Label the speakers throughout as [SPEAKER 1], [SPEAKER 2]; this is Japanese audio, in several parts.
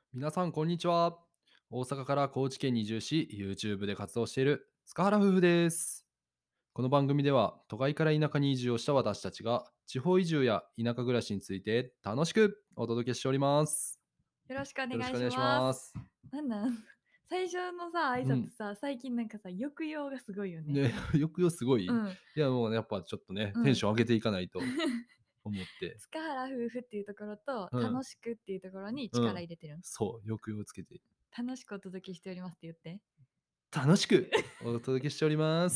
[SPEAKER 1] 皆さんこんにちは。大阪から高知県に移住し YouTube で活動している塚原夫婦です。この番組では都会から田舎に移住をした私たちが地方移住や田舎暮らしについて楽しくお届けしております。
[SPEAKER 2] よろしくお願いし
[SPEAKER 1] よろしくお願いし
[SPEAKER 2] ます。
[SPEAKER 1] ます。
[SPEAKER 2] なん最初のさ、挨
[SPEAKER 1] うん。
[SPEAKER 2] 拶さ、最近なんかさ、抑揚がすごいよね。
[SPEAKER 1] ね、よくよすごい。い
[SPEAKER 2] うん、
[SPEAKER 1] やもうねやっぱちょっとね
[SPEAKER 2] うん。
[SPEAKER 1] テンション上げていかないと思って。
[SPEAKER 2] 塚原夫婦っていうところと、
[SPEAKER 1] うん。
[SPEAKER 2] 楽しくっていうところに
[SPEAKER 1] うん。
[SPEAKER 2] 力入れてるん。
[SPEAKER 1] そう、抑揚をつけて
[SPEAKER 2] 楽しくお届けしておりますって言って。
[SPEAKER 1] 楽しくお届けしております。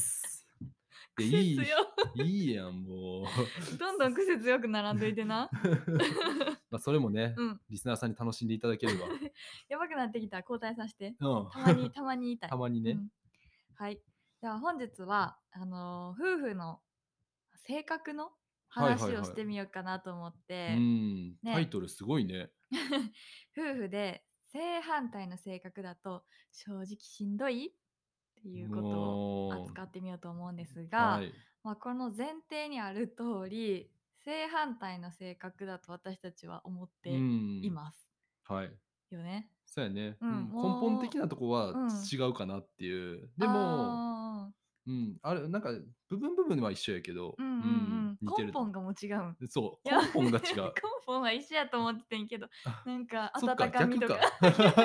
[SPEAKER 1] いや、
[SPEAKER 2] 癖強。
[SPEAKER 1] いいやん、もう。
[SPEAKER 2] どんどん癖強く並んどいてな。
[SPEAKER 1] まあ、それもね、
[SPEAKER 2] うん。
[SPEAKER 1] リスナーさんに楽しんでいただければ。
[SPEAKER 2] やばくなってきたら交代させて。
[SPEAKER 1] うん。
[SPEAKER 2] たまに、たまに言いたい。
[SPEAKER 1] たまにね。
[SPEAKER 2] うん。はい。では本日は、夫婦の性格の
[SPEAKER 1] はいはい
[SPEAKER 2] 話をし
[SPEAKER 1] はい。
[SPEAKER 2] てみようかなと思っ
[SPEAKER 1] う
[SPEAKER 2] て、
[SPEAKER 1] ーん、タイ
[SPEAKER 2] ね。
[SPEAKER 1] トルすごいね。
[SPEAKER 2] 夫婦で正反対の性格だと正直しんどいっていうことを
[SPEAKER 1] もう、
[SPEAKER 2] 扱ってみようと思うんですが、
[SPEAKER 1] はい。
[SPEAKER 2] この前提にある通り正反対の性格だと私たちは思っ
[SPEAKER 1] う
[SPEAKER 2] て
[SPEAKER 1] ーん、
[SPEAKER 2] います
[SPEAKER 1] はい。
[SPEAKER 2] よね。
[SPEAKER 1] そうやね。
[SPEAKER 2] うん、
[SPEAKER 1] うん、根本的
[SPEAKER 2] も
[SPEAKER 1] なとこは
[SPEAKER 2] う、うん。
[SPEAKER 1] 違うかなっていう。でも、
[SPEAKER 2] ああ、
[SPEAKER 1] うん、あれ、なんか、部分部分は一緒やけど、
[SPEAKER 2] うんうんう
[SPEAKER 1] うん、
[SPEAKER 2] ん。
[SPEAKER 1] 似てる。
[SPEAKER 2] 根本がもう違うん。
[SPEAKER 1] そ
[SPEAKER 2] い
[SPEAKER 1] う、
[SPEAKER 2] や、
[SPEAKER 1] 根本が違
[SPEAKER 2] 根
[SPEAKER 1] う。
[SPEAKER 2] 本は一緒やと思っててんけど、なんか
[SPEAKER 1] そっか、
[SPEAKER 2] 温かみとか
[SPEAKER 1] 逆か。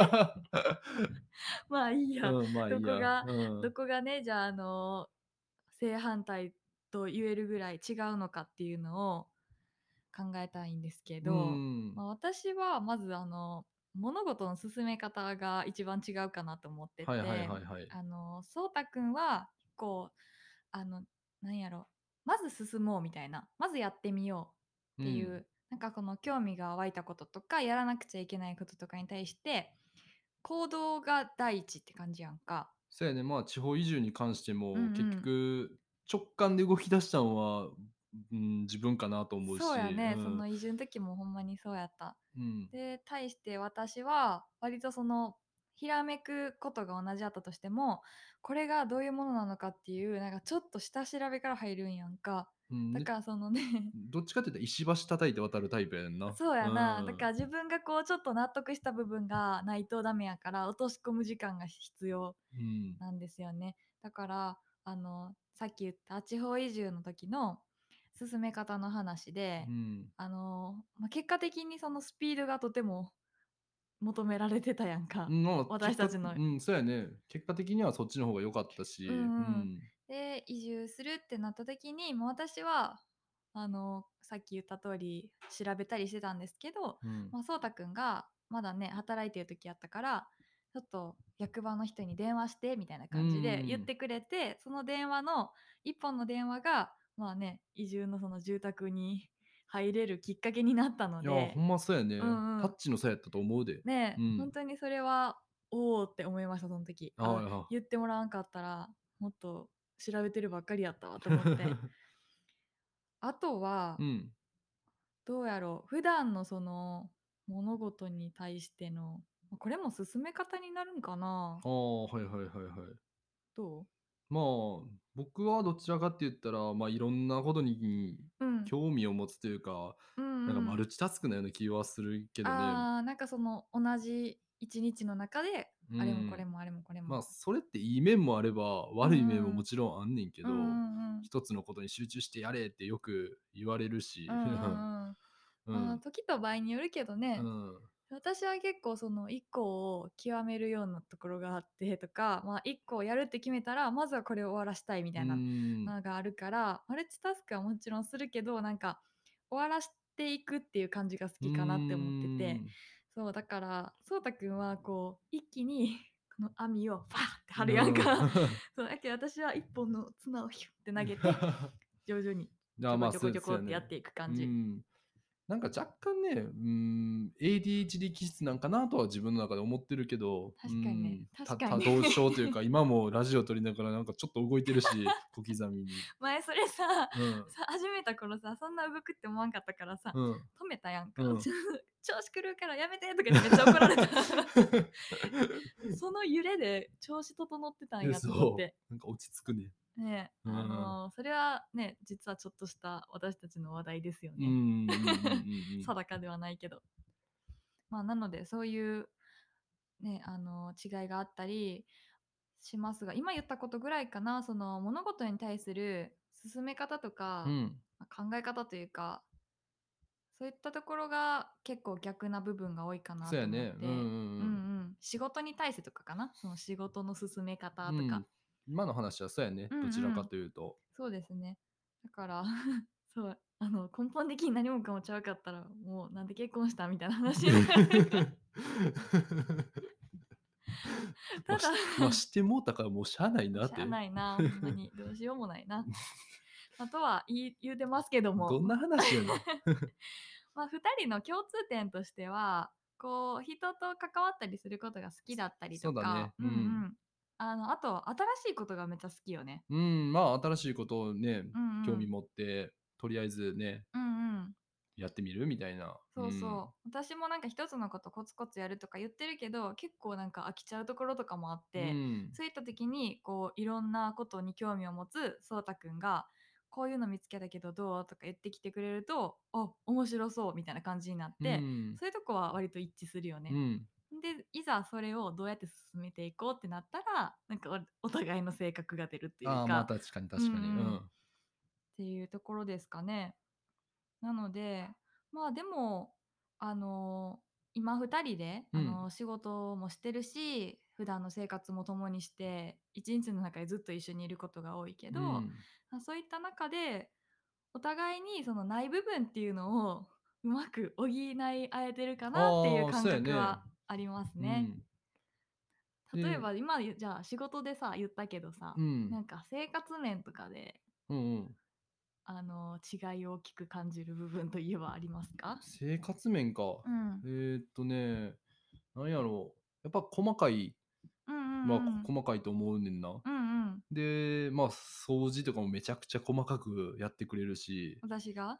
[SPEAKER 2] まあいいや。
[SPEAKER 1] うん、まあいいや。
[SPEAKER 2] どこが、
[SPEAKER 1] うん。
[SPEAKER 2] どこがね、じゃあ、正反対と言えるぐらい違うのかっていうのを考えたいんですけ
[SPEAKER 1] う
[SPEAKER 2] ど、
[SPEAKER 1] ん。
[SPEAKER 2] 私はまず物事の進め方が一番違うかなと思って
[SPEAKER 1] はいはい
[SPEAKER 2] て、
[SPEAKER 1] はいはい。
[SPEAKER 2] そうたくんは結構、あの、なんやろ、まず進もうみたいな、まずやってみようってい
[SPEAKER 1] うん。
[SPEAKER 2] う、なんかこの興味が湧いたこととか、やらなくちゃいけないこととかに対して、行動が第一って感じやんか。
[SPEAKER 1] そうやね、まあ、地方移住に関して
[SPEAKER 2] うんう
[SPEAKER 1] も、結
[SPEAKER 2] ん。
[SPEAKER 1] 局、直感で動き出したのは、うん、自分かなと思うし、う
[SPEAKER 2] そうやね、そ
[SPEAKER 1] ん。
[SPEAKER 2] の移住の時もほんまにそうやった。
[SPEAKER 1] うん。
[SPEAKER 2] で、対して私は割とひらめくことが同じだったとしても、これがどういうものなのかっていう、なんかちょっと下調べから入るんやんか。
[SPEAKER 1] うん、で、
[SPEAKER 2] だからそのね、
[SPEAKER 1] どっちかって言ったら石橋叩いて渡るタイプやんな。
[SPEAKER 2] そう
[SPEAKER 1] う
[SPEAKER 2] やな、だか
[SPEAKER 1] ん。
[SPEAKER 2] ら自分がこうちょっと納得した部分がないとダメやから、落とし込む時間が必要
[SPEAKER 1] うん。
[SPEAKER 2] なんですよね。だから、さっき言った地方移住の時の進め方の話で、
[SPEAKER 1] うん。
[SPEAKER 2] 結果的にそのスピードがとても求められてたやんか。
[SPEAKER 1] まあ、う
[SPEAKER 2] 私たちの。
[SPEAKER 1] ん、そうやね。結果的にはそっちの方が良かったし、う
[SPEAKER 2] うんうん。
[SPEAKER 1] ん。
[SPEAKER 2] で、移住するってなった時に、もう私は、さっき言った通り調べたりしてたんですけど、
[SPEAKER 1] うん。
[SPEAKER 2] そうたくんがまだね、働いてる時やったから、ちょっと役場の人に電話してみたいな
[SPEAKER 1] う
[SPEAKER 2] 感じで言っ
[SPEAKER 1] ん。
[SPEAKER 2] てくれて、その電話の一本の電話が、まあね、移住のその住宅に入れるきっかけになったの
[SPEAKER 1] いや、ほ
[SPEAKER 2] で、
[SPEAKER 1] んまそうや
[SPEAKER 2] う
[SPEAKER 1] ね。
[SPEAKER 2] んうん。
[SPEAKER 1] タッチの差やったと思うで。
[SPEAKER 2] ねえ、本
[SPEAKER 1] うん。
[SPEAKER 2] 当にそれは、おおって思いました、その時。あ、
[SPEAKER 1] はいは
[SPEAKER 2] 言ってもらわんかったら、もっと調べてるばっかりやったわと
[SPEAKER 1] い。
[SPEAKER 2] 思って。あとは、
[SPEAKER 1] うん。
[SPEAKER 2] どうやろう、普段の物事に対しての、これも進め方になるんかな？
[SPEAKER 1] ああ、はいはいはいはい。
[SPEAKER 2] どう？
[SPEAKER 1] まあ、僕はどちらかって言ったら、まあ、いろんなことに
[SPEAKER 2] うん。
[SPEAKER 1] 興味を持つというか、
[SPEAKER 2] うん
[SPEAKER 1] なんか
[SPEAKER 2] うん。
[SPEAKER 1] マルチタスクのような気はするけどね。
[SPEAKER 2] なんか同じ1日の中で、
[SPEAKER 1] う
[SPEAKER 2] あれもこれ
[SPEAKER 1] ん。
[SPEAKER 2] もあれもこれも。
[SPEAKER 1] まあ、それっていい面もあれば、
[SPEAKER 2] うんう
[SPEAKER 1] 悪い面もも
[SPEAKER 2] ん。
[SPEAKER 1] ちろんあんねんけ
[SPEAKER 2] うんう
[SPEAKER 1] ど、
[SPEAKER 2] んうん。
[SPEAKER 1] 一つのことに集中してやれってよく言われるし。
[SPEAKER 2] うんうんうん。
[SPEAKER 1] うん。
[SPEAKER 2] 時と場合によるけどね。
[SPEAKER 1] うん。
[SPEAKER 2] 私は結構その1個を極めるようなところがあってとか、1個をやるって決めたら、まずはこれを終わらしたいみ
[SPEAKER 1] う
[SPEAKER 2] たいな
[SPEAKER 1] ん。
[SPEAKER 2] のがあるから、マルチタスクはもちろんするけど、なんか終わらしていくっていう感じが好
[SPEAKER 1] うー
[SPEAKER 2] きかなって思ってて、
[SPEAKER 1] ん。
[SPEAKER 2] そう、だから、そうたくんはこう、一気にこの網をファーって張るやん
[SPEAKER 1] うん。
[SPEAKER 2] か。そう、だけど私は一本の綱をヒュッて投げて、徐々にちょこ
[SPEAKER 1] まあ、
[SPEAKER 2] ちょこちょ
[SPEAKER 1] そうやね。
[SPEAKER 2] こってやっていく感じ。
[SPEAKER 1] うん。なんか若干ね、ADHD 気質なんかなとは自分の中で思ってるけど、
[SPEAKER 2] 確かにね、確かに。
[SPEAKER 1] 多動症というか、今もラジオ撮りながらなんかちょっと動いてるし、小刻みに。
[SPEAKER 2] 前それさ、
[SPEAKER 1] うん、
[SPEAKER 2] 始めた頃さ、そんな動くって思わんかったからさ、
[SPEAKER 1] うん、
[SPEAKER 2] 止めたやんか。
[SPEAKER 1] うん。
[SPEAKER 2] 調子狂うからやめてとか言ってめっちゃ怒られた。その揺れで調子整ってたんやと思っ
[SPEAKER 1] そ
[SPEAKER 2] て。
[SPEAKER 1] う、なんか落ち着くね。
[SPEAKER 2] ねえ、
[SPEAKER 1] うん。
[SPEAKER 2] それはね、実はちょっとした私たちの話題ですよ
[SPEAKER 1] うん、うん、う
[SPEAKER 2] ね。
[SPEAKER 1] んうんうん。
[SPEAKER 2] 定かではないけど。なので、そういうね、違いがあったりしますが、今言ったことぐらいかな、その物事に対する進め方とか、
[SPEAKER 1] うん。
[SPEAKER 2] 考え方というか、そういったところが結構逆な部分が多いかなと思っ
[SPEAKER 1] そうやね。うん
[SPEAKER 2] て。うんう
[SPEAKER 1] うん
[SPEAKER 2] ん。仕事に対してとかかな。その仕事の進め方
[SPEAKER 1] うん。う
[SPEAKER 2] とか。
[SPEAKER 1] ん。今の話はそうやね。
[SPEAKER 2] うん
[SPEAKER 1] どちらか
[SPEAKER 2] うん。
[SPEAKER 1] というと。
[SPEAKER 2] そうですね。だからそう、根本的に何もかもちゃうかったら、もうなんで結婚したみたいな話になる。ただ
[SPEAKER 1] まあ、してもうたからもうしゃあないなっ
[SPEAKER 2] しゃあ
[SPEAKER 1] て。
[SPEAKER 2] ないな、ほんまに。どうしようもないな。とは言うてますけども。
[SPEAKER 1] どんな話やねん。
[SPEAKER 2] 2人の共通点としては、こう、人と関わったりすることが好きだったりとか、
[SPEAKER 1] そうだね。
[SPEAKER 2] うんう
[SPEAKER 1] うん。
[SPEAKER 2] ん。あと、新しいことがめっちゃ好きよね。
[SPEAKER 1] うん、まあ、新しいことをね、
[SPEAKER 2] うんうん。
[SPEAKER 1] 興味持って、とりあえずね、
[SPEAKER 2] うんうん。
[SPEAKER 1] やってみるみたいな。う
[SPEAKER 2] そう
[SPEAKER 1] ん。
[SPEAKER 2] そう。私もなんか一つのことコツコツやるとか言ってるけど、結構なんか飽きちゃうところとかもあっ
[SPEAKER 1] う
[SPEAKER 2] て、
[SPEAKER 1] ん。
[SPEAKER 2] そういった時にこういろんなことに興味を持つそうたくんが、こういうの見つけたけどどうとか言ってきてくれると、あ、面白そうみたいな感じになっ
[SPEAKER 1] う
[SPEAKER 2] て、
[SPEAKER 1] ん。
[SPEAKER 2] そういうとこは割と一致するよね。
[SPEAKER 1] うん。
[SPEAKER 2] で、いざそれをどうやって進めていこうってなったら、なんかお互いの性格が出るっていう
[SPEAKER 1] ああ、まあ、
[SPEAKER 2] か、
[SPEAKER 1] 確かに
[SPEAKER 2] うんう
[SPEAKER 1] 確かに。う
[SPEAKER 2] ん、っ
[SPEAKER 1] ん。
[SPEAKER 2] ていうところですかね。なので、でも、あの、今2人で、
[SPEAKER 1] うん。
[SPEAKER 2] 仕事もしてるし、普段の生活も共にして、1日の中でずっと一緒にいることが多いけど、
[SPEAKER 1] うん。
[SPEAKER 2] そういった中で、お互いにそのない部分っていうのをうまく補い合えてるかなっていう
[SPEAKER 1] ああ、
[SPEAKER 2] 感
[SPEAKER 1] そうやね。
[SPEAKER 2] 覚はありますね。
[SPEAKER 1] うん。で、
[SPEAKER 2] 例えば今じゃあ仕事でさ、言ったけどさ、
[SPEAKER 1] うん。
[SPEAKER 2] なんか生活面とかで、
[SPEAKER 1] うんうん。
[SPEAKER 2] 違いを大きく感じる部分といえばありますか？
[SPEAKER 1] 生活面か。
[SPEAKER 2] うん。
[SPEAKER 1] ね、なんやろう。やっぱ細かい、
[SPEAKER 2] うんう
[SPEAKER 1] まあ、
[SPEAKER 2] んうん。
[SPEAKER 1] 細かいと思うねんな。
[SPEAKER 2] うんうん。
[SPEAKER 1] で、まあ、掃除とかもめちゃくちゃ細かくやってくれるし、
[SPEAKER 2] 私が？
[SPEAKER 1] うん、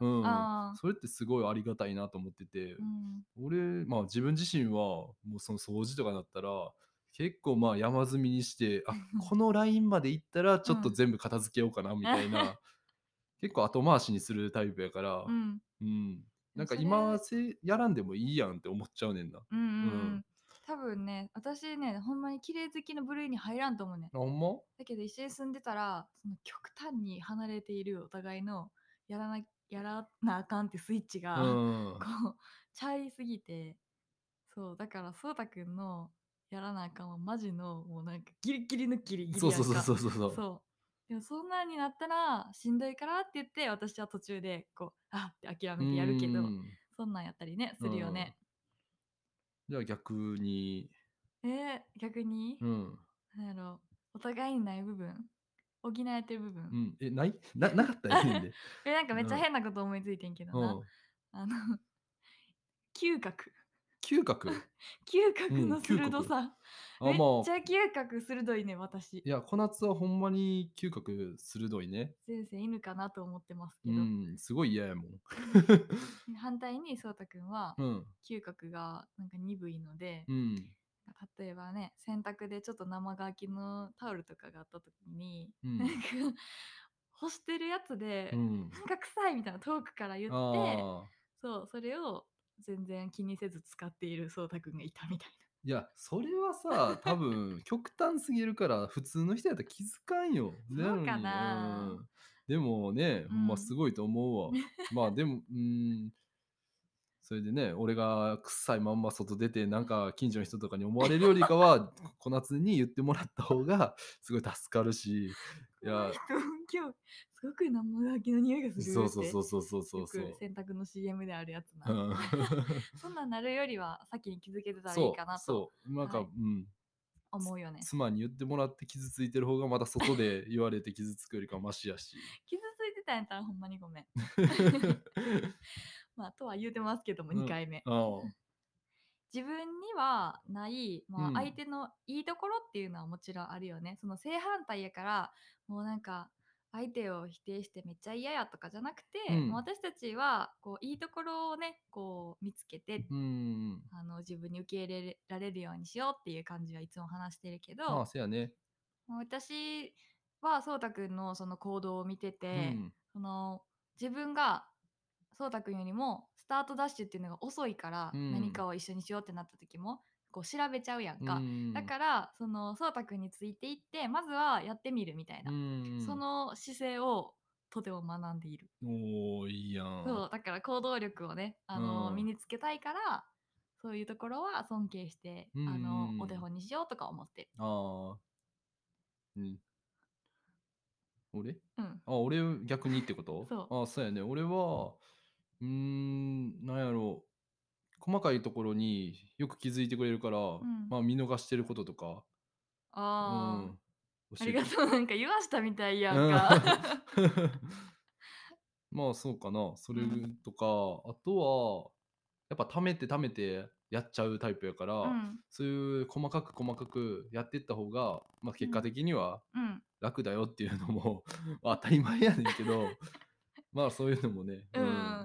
[SPEAKER 2] ああ、
[SPEAKER 1] それってすごいありがたいなと思ってて、
[SPEAKER 2] うん。
[SPEAKER 1] まあ、自分自身は、もうその掃除とかだったら、結構まあ山積みにして、あ、このラインまで行ったらちょっと
[SPEAKER 2] うん。
[SPEAKER 1] 全部片付けようかなみたいな、結構後回しにするタイプやから、
[SPEAKER 2] うん。
[SPEAKER 1] うん。
[SPEAKER 2] でも
[SPEAKER 1] なんか
[SPEAKER 2] それ
[SPEAKER 1] やらんでもいいやんって思っちゃうねんな。
[SPEAKER 2] うんうん
[SPEAKER 1] うん。
[SPEAKER 2] うん。多分ね、私ね、ほんまに綺麗好きの部類に入らんと思うねん。
[SPEAKER 1] あ、ほんま？
[SPEAKER 2] だけど一緒に住んでたら、その極端に離れているお互いのやらなあかんってスイッチ
[SPEAKER 1] う
[SPEAKER 2] がこ
[SPEAKER 1] ん。
[SPEAKER 2] う、ちゃいすぎて、そう、だからそうたくんのやらなあかんはマジの、もうなんかギリギリのギリギリ
[SPEAKER 1] そうそうそう
[SPEAKER 2] やんか。
[SPEAKER 1] そうそうそう。
[SPEAKER 2] そう。でもそんなんになったらしんどいからって言って、私は途中でこう、あって諦
[SPEAKER 1] うー
[SPEAKER 2] めてやるけど、
[SPEAKER 1] ん。
[SPEAKER 2] そんなんやったりね、
[SPEAKER 1] うん。
[SPEAKER 2] するよね。
[SPEAKER 1] じゃあ逆に、
[SPEAKER 2] 逆に、
[SPEAKER 1] うん。
[SPEAKER 2] なんやろお互いにない部分、補えてる部分。
[SPEAKER 1] うん。なかったらええねんで。
[SPEAKER 2] なんかめっちゃ
[SPEAKER 1] うん。
[SPEAKER 2] 変なこと思いついてんけどな。
[SPEAKER 1] うん。
[SPEAKER 2] あの、嗅覚。
[SPEAKER 1] 嗅覚？
[SPEAKER 2] 嗅
[SPEAKER 1] うん、
[SPEAKER 2] 覚の
[SPEAKER 1] 嗅覚。
[SPEAKER 2] 鋭さ。
[SPEAKER 1] あ、
[SPEAKER 2] めっ
[SPEAKER 1] まあ、
[SPEAKER 2] ちゃ嗅覚鋭いね、私。
[SPEAKER 1] いや、小夏はほんまに嗅覚鋭いね。
[SPEAKER 2] 先生犬かなと思ってますけど。
[SPEAKER 1] うん、すごい嫌やもん。
[SPEAKER 2] 反対にそうたくんは
[SPEAKER 1] うん、
[SPEAKER 2] 嗅覚がなんか鈍いので、
[SPEAKER 1] うん、
[SPEAKER 2] 例えばね、洗濯でちょっと生乾きのタオルとかがあった時に、なんか
[SPEAKER 1] うん、
[SPEAKER 2] 干してるやつで、
[SPEAKER 1] うん。
[SPEAKER 2] なんか臭いみたいな遠くから言って、
[SPEAKER 1] ああ。
[SPEAKER 2] そう、それを全然気にせず使っているそうたくんがいたみたい
[SPEAKER 1] いや、それはさ、多分極端すぎるから、普通の人やったら気づかんよ。
[SPEAKER 2] な。そうか
[SPEAKER 1] なのに、う
[SPEAKER 2] な。
[SPEAKER 1] ん。でもね、ほんます
[SPEAKER 2] うん。
[SPEAKER 1] ごいと思うわ。まあ、でも、それでね、俺が臭いまんま外出て、なんか近所の人とかに思われるよりかは、小夏に言ってもらった方がすごい助かるし、いや、
[SPEAKER 2] この人、今日すごく生乾きの匂いがする
[SPEAKER 1] そうそうそ
[SPEAKER 2] って、
[SPEAKER 1] うそうそうそ
[SPEAKER 2] よく
[SPEAKER 1] うそ
[SPEAKER 2] 洗濯の CM であるやつ
[SPEAKER 1] う。う
[SPEAKER 2] な。
[SPEAKER 1] ん。
[SPEAKER 2] そんなんなるよりは先に気づけてたらいいか
[SPEAKER 1] そう、
[SPEAKER 2] なと、
[SPEAKER 1] そう。なんか、
[SPEAKER 2] はい、思うよね。
[SPEAKER 1] 妻に言ってもらって傷ついてる方がまだ外で言われて傷つくよりかはマシやし。
[SPEAKER 2] 傷ついてたんやったらほんまにごめん。とは言うてますけども、
[SPEAKER 1] うん。
[SPEAKER 2] 2回目。
[SPEAKER 1] ああ。
[SPEAKER 2] 自分にはない、相
[SPEAKER 1] うん。
[SPEAKER 2] 手のいいところっていうのはもちろんあるよね。その正反対やから、もうなんか、相手を否定してめっちゃ嫌やとかじゃなくて、もう
[SPEAKER 1] うん。
[SPEAKER 2] 私たちはこういいところをね、こう見つけて、
[SPEAKER 1] うん。
[SPEAKER 2] 自分に受け入れられるようにしようっていう感じはいつも話してるけ
[SPEAKER 1] ああ、
[SPEAKER 2] ど、
[SPEAKER 1] せやね。
[SPEAKER 2] もう私はそうたくんのその行動を見てて、
[SPEAKER 1] うん。
[SPEAKER 2] その自分がそうたくんよりもスタートダッシュっていうのが遅いから、
[SPEAKER 1] うん。
[SPEAKER 2] 何かを一緒にしようってなった時もこう調べちゃうやん
[SPEAKER 1] う
[SPEAKER 2] か。だ
[SPEAKER 1] ん。
[SPEAKER 2] からそのそうたくんについていってまずはやってみるみたい
[SPEAKER 1] う
[SPEAKER 2] な、そ
[SPEAKER 1] ん。
[SPEAKER 2] の姿勢をとても学んでいる。
[SPEAKER 1] おお、いいやん。
[SPEAKER 2] そうだから行動力をね、
[SPEAKER 1] うん。
[SPEAKER 2] 身につけたいから、そういうところは尊敬して、
[SPEAKER 1] うん
[SPEAKER 2] お手
[SPEAKER 1] うん。
[SPEAKER 2] 本にしようとか思ってる。
[SPEAKER 1] ああ、うん。俺？
[SPEAKER 2] うん。
[SPEAKER 1] あ、俺逆にってこと？
[SPEAKER 2] そう。
[SPEAKER 1] あ、そうやね。俺は、なんやろう、細かいところによく気づいてくれるから、
[SPEAKER 2] うん。
[SPEAKER 1] まあ、見逃してることとか、う
[SPEAKER 2] ああ、
[SPEAKER 1] ん、教えて。
[SPEAKER 2] ありがとう。なんか言わしたみたいやん
[SPEAKER 1] うん。
[SPEAKER 2] か。
[SPEAKER 1] まあ、そうかな。それ
[SPEAKER 2] うん。
[SPEAKER 1] とか、あとは、やっぱ貯めて貯めてやっちゃうタイプやから、
[SPEAKER 2] うん。
[SPEAKER 1] そういう細かく細かくやっていった方が、まあ、結果
[SPEAKER 2] うん。
[SPEAKER 1] 的には
[SPEAKER 2] うん。
[SPEAKER 1] 楽だよっていうのもまあ当たり前やねんけど、まあそういうのもね、
[SPEAKER 2] うん。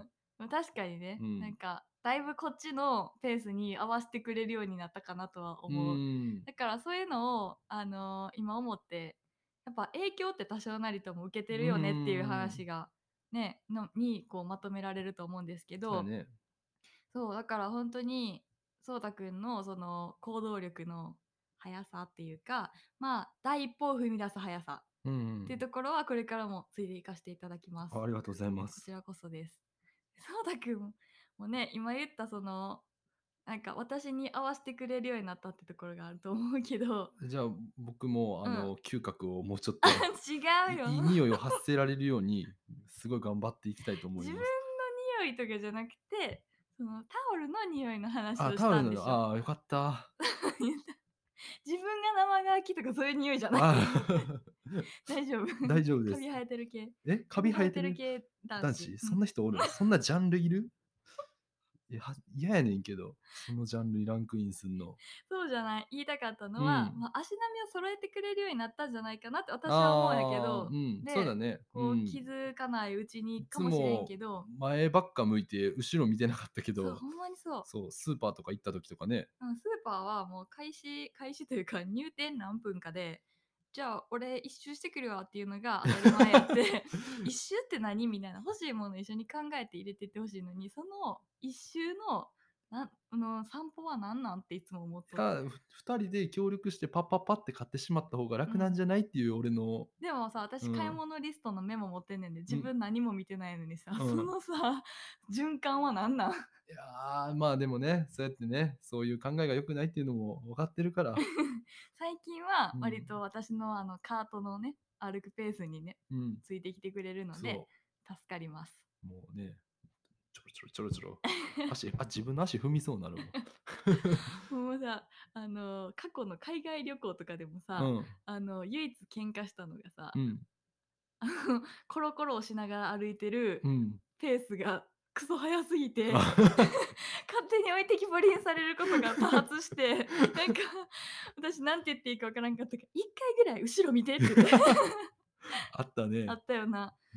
[SPEAKER 2] ま、確かにね、
[SPEAKER 1] うん。
[SPEAKER 2] なんか、だいぶこっちのペースに合わせてくれるようになったかなとは
[SPEAKER 1] う
[SPEAKER 2] 思う。
[SPEAKER 1] ーん。
[SPEAKER 2] だからそういうのを、今思って、やっぱ影響って多少なりとも受けて
[SPEAKER 1] う
[SPEAKER 2] るよねっていう
[SPEAKER 1] ーん。
[SPEAKER 2] 話が、ね、こうまとめられると思うんですけど、
[SPEAKER 1] そうやね。
[SPEAKER 2] そう、だからほんとに、そうたくんのその行動力の速さっていうか、まあ、第一歩を踏み出す速さ
[SPEAKER 1] うんう
[SPEAKER 2] っていう
[SPEAKER 1] ん。
[SPEAKER 2] ところはこれからもついていかしていただきます。
[SPEAKER 1] ありがとうございます。
[SPEAKER 2] こちらこそです。そうたくんもね、今言ったその、なんか私に合わせてくれるようになったってところがあると思うけど、
[SPEAKER 1] じゃあ、僕も
[SPEAKER 2] うん。
[SPEAKER 1] 嗅覚をもうちょっと
[SPEAKER 2] 違うよ。
[SPEAKER 1] いい匂いを発せられるように、すごい頑張っていきたいと思
[SPEAKER 2] 自分の
[SPEAKER 1] います。
[SPEAKER 2] 匂いとかじゃなくて、そのタオルの匂いの話
[SPEAKER 1] あ、
[SPEAKER 2] をし
[SPEAKER 1] タオルの、
[SPEAKER 2] たんでしょ。
[SPEAKER 1] ああ、よかった。
[SPEAKER 2] 自分が生乾きとかそういう匂いじゃない。
[SPEAKER 1] ああ、
[SPEAKER 2] 大丈夫。
[SPEAKER 1] 大丈夫です。
[SPEAKER 2] カビ生えてる系。
[SPEAKER 1] え、カビ
[SPEAKER 2] カビ生えて
[SPEAKER 1] 生えてる
[SPEAKER 2] る系男子。
[SPEAKER 1] 男子？
[SPEAKER 2] うん。
[SPEAKER 1] そんな人おる？そんなジャンルいる？嫌やねんけど、そのジャンルにランクインすんの。
[SPEAKER 2] そうじゃない。言いたかったのは、
[SPEAKER 1] うん。
[SPEAKER 2] まあ、足並みを揃えてくれるようになったんじゃないかなって私は思うんやけ
[SPEAKER 1] ああ、
[SPEAKER 2] ど、
[SPEAKER 1] うん、そうだ
[SPEAKER 2] で、
[SPEAKER 1] ね。う
[SPEAKER 2] こう
[SPEAKER 1] ん。
[SPEAKER 2] 気づかないうちに
[SPEAKER 1] い
[SPEAKER 2] かもしれん
[SPEAKER 1] つも
[SPEAKER 2] けど、
[SPEAKER 1] 前ばっか向いて、後ろ見てなかったけ
[SPEAKER 2] そう、
[SPEAKER 1] ど、
[SPEAKER 2] ほんまにそう。
[SPEAKER 1] そう、スーパーとか行った時とかね。
[SPEAKER 2] うん、スーパーはもう開始というか入店何分かで、じゃあ俺一周してくるわっていうのが当たり前やって一周って何みたいな欲しいもの一緒に考えて入れてってほしいのに、その一周の散歩は何なんっていつも思っとって。
[SPEAKER 1] 2人で協力してパッパッパって買ってしまった方が
[SPEAKER 2] うん。
[SPEAKER 1] 楽なんじゃないっていう俺の、
[SPEAKER 2] でもさ、私買い
[SPEAKER 1] うん、
[SPEAKER 2] 物リストのメモ持ってんねんで、自
[SPEAKER 1] うん、
[SPEAKER 2] 分何も見てないのにさ、
[SPEAKER 1] う
[SPEAKER 2] そ
[SPEAKER 1] ん。
[SPEAKER 2] のさ、循環は何なん？
[SPEAKER 1] いやー、まあでもね、そうやってね、そういう考えが良くないっていうのも分かってるから。
[SPEAKER 2] 最近は
[SPEAKER 1] うん、
[SPEAKER 2] 割と私のカートのね、歩くペースにね、
[SPEAKER 1] うん、
[SPEAKER 2] ついてきてくれるので、
[SPEAKER 1] そ
[SPEAKER 2] 助かります。
[SPEAKER 1] う、もうね、ちょろちょろちょろちょろ、自分の足踏みそうなるもん。
[SPEAKER 2] もうさ、過去の海外旅行とかでもさ、
[SPEAKER 1] うん、
[SPEAKER 2] 唯一喧嘩したのがさ、
[SPEAKER 1] うん、
[SPEAKER 2] コロコロをしながら歩いてる
[SPEAKER 1] うん。
[SPEAKER 2] ペースがクソ速すぎて、
[SPEAKER 1] あ
[SPEAKER 2] 勝手に置いてきぼりにされることが多発して、なんか、私なんて言っていいかわからんかったから、1回ぐらい後ろ見てって言って。
[SPEAKER 1] あったね。
[SPEAKER 2] あったよな。
[SPEAKER 1] うん。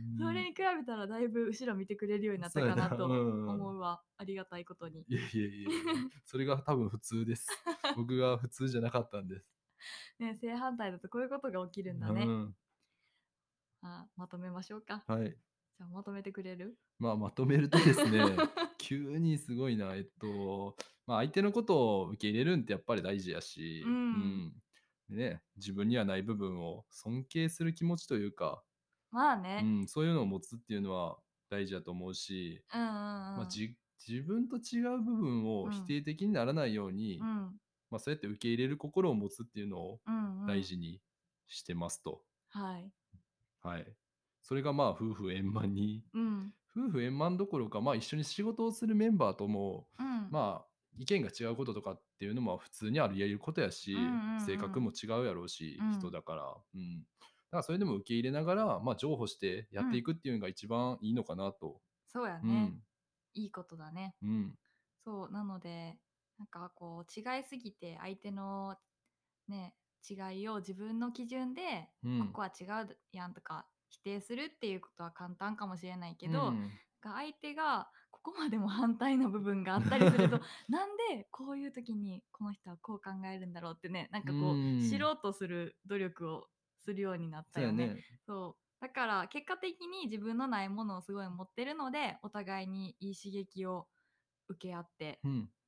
[SPEAKER 2] それに比べたらだいぶ後ろ見てくれるようになった
[SPEAKER 1] そうやな、う
[SPEAKER 2] かなと
[SPEAKER 1] ん。
[SPEAKER 2] 思うわ。ありがたいことに。
[SPEAKER 1] いえいえいえいえ。それが多分普通です。僕が普通じゃなかったんです。
[SPEAKER 2] ね、正反対だとこういうことが起きるんだね。
[SPEAKER 1] うん。
[SPEAKER 2] まとめましょうか。
[SPEAKER 1] はい。
[SPEAKER 2] じゃあまとめてくれる？
[SPEAKER 1] まあ、まとめるとですね、急にすごいな。まあ、相手のことを受け入れるんってやっぱり大事や
[SPEAKER 2] う
[SPEAKER 1] し、う
[SPEAKER 2] ん。
[SPEAKER 1] ん。でね、自分にはない部分を尊敬する気持ちというか、
[SPEAKER 2] まあね。
[SPEAKER 1] うん、そういうのを持つっていうのは大事だと思うし、
[SPEAKER 2] うんうん
[SPEAKER 1] まあ、
[SPEAKER 2] うん。
[SPEAKER 1] 自分と違う部分を否
[SPEAKER 2] うん。
[SPEAKER 1] 定的にならないように、
[SPEAKER 2] うん。
[SPEAKER 1] まあ、そうやって受け入れる心を持つっていうのを
[SPEAKER 2] うんうん。
[SPEAKER 1] 大事にしてますと。
[SPEAKER 2] はい。
[SPEAKER 1] はい。それがまあ
[SPEAKER 2] うん。
[SPEAKER 1] 夫婦円満どころか、まあ一緒に仕事をするメンバーとも、
[SPEAKER 2] うん。
[SPEAKER 1] まあ意見が違うこととかっていうのも普通にあり得ることや
[SPEAKER 2] うんうん
[SPEAKER 1] し、性格も違うやろうし、
[SPEAKER 2] うん。うん。
[SPEAKER 1] 人だから。うん。だからそれでも受け入れながら、まあ譲歩してや
[SPEAKER 2] うん。
[SPEAKER 1] っていくっていうのが一番いいのかなと。
[SPEAKER 2] そうやね。
[SPEAKER 1] うん。
[SPEAKER 2] いいことだね。
[SPEAKER 1] うん。
[SPEAKER 2] そう、なので、なんかこう違いすぎて相手のね、違いを自分の基準で、こ
[SPEAKER 1] うん。
[SPEAKER 2] こは違うやんとか否定するっていうことは簡単かもしれないけど、
[SPEAKER 1] うん。
[SPEAKER 2] 相手がここまでも反対の部分があったりすると、なんでこういう時にこの人はこう考えるんだろうってね、なん
[SPEAKER 1] う
[SPEAKER 2] かこう知
[SPEAKER 1] ん。
[SPEAKER 2] ろうとする努力をするようになったよね。
[SPEAKER 1] そうやね。
[SPEAKER 2] そう。だから結果的に自分のないものをすごい持ってるので、お互いにいい刺激を受け合って
[SPEAKER 1] うん。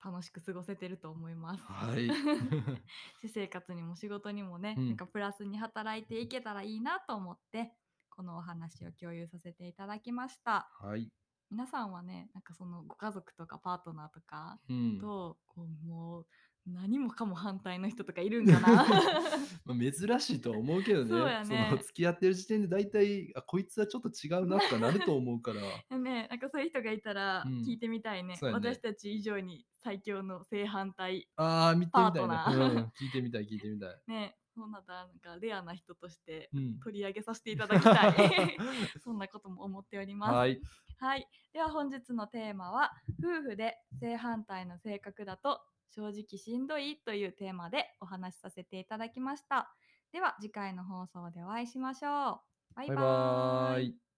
[SPEAKER 2] 楽しく過ごせてると思います。
[SPEAKER 1] はい。
[SPEAKER 2] 私生活にも仕事にもね、
[SPEAKER 1] うん
[SPEAKER 2] なんかプラスに働いていけたらいいなと思って、このお話を共有させていただきました。
[SPEAKER 1] はい。
[SPEAKER 2] 皆さんはね、なんかそのご家族とかパートナーとか
[SPEAKER 1] うん。
[SPEAKER 2] と、こうもう何もかも反対の人とかいるんかな。
[SPEAKER 1] ま、珍しいとは思うけど
[SPEAKER 2] そう
[SPEAKER 1] ね。その
[SPEAKER 2] やね。
[SPEAKER 1] 付き合ってる時点でだいたい、あ、こいつはちょっと違うなとかなると思うから。
[SPEAKER 2] ね、なんかそういう人がいたら聞
[SPEAKER 1] うん。
[SPEAKER 2] いてみたいね。
[SPEAKER 1] そうやね。
[SPEAKER 2] 私たち以上に最強の正反対
[SPEAKER 1] ああ、見て
[SPEAKER 2] パ
[SPEAKER 1] みたいな。
[SPEAKER 2] ートナー。
[SPEAKER 1] うん、聞いてみたい聞いてみたい。
[SPEAKER 2] ね、そうなったらなんかレアな人として
[SPEAKER 1] うん。
[SPEAKER 2] 取り上げさせていただきたい。そんなことも思っております。
[SPEAKER 1] はい。
[SPEAKER 2] はい。では本日のテーマは、夫婦で正反対の性格だと正直しんどいというテーマでお話しさせていただきました。では次回の放送でお会いしましょう。バイ
[SPEAKER 1] バイ
[SPEAKER 2] バーイ。
[SPEAKER 1] バーイ。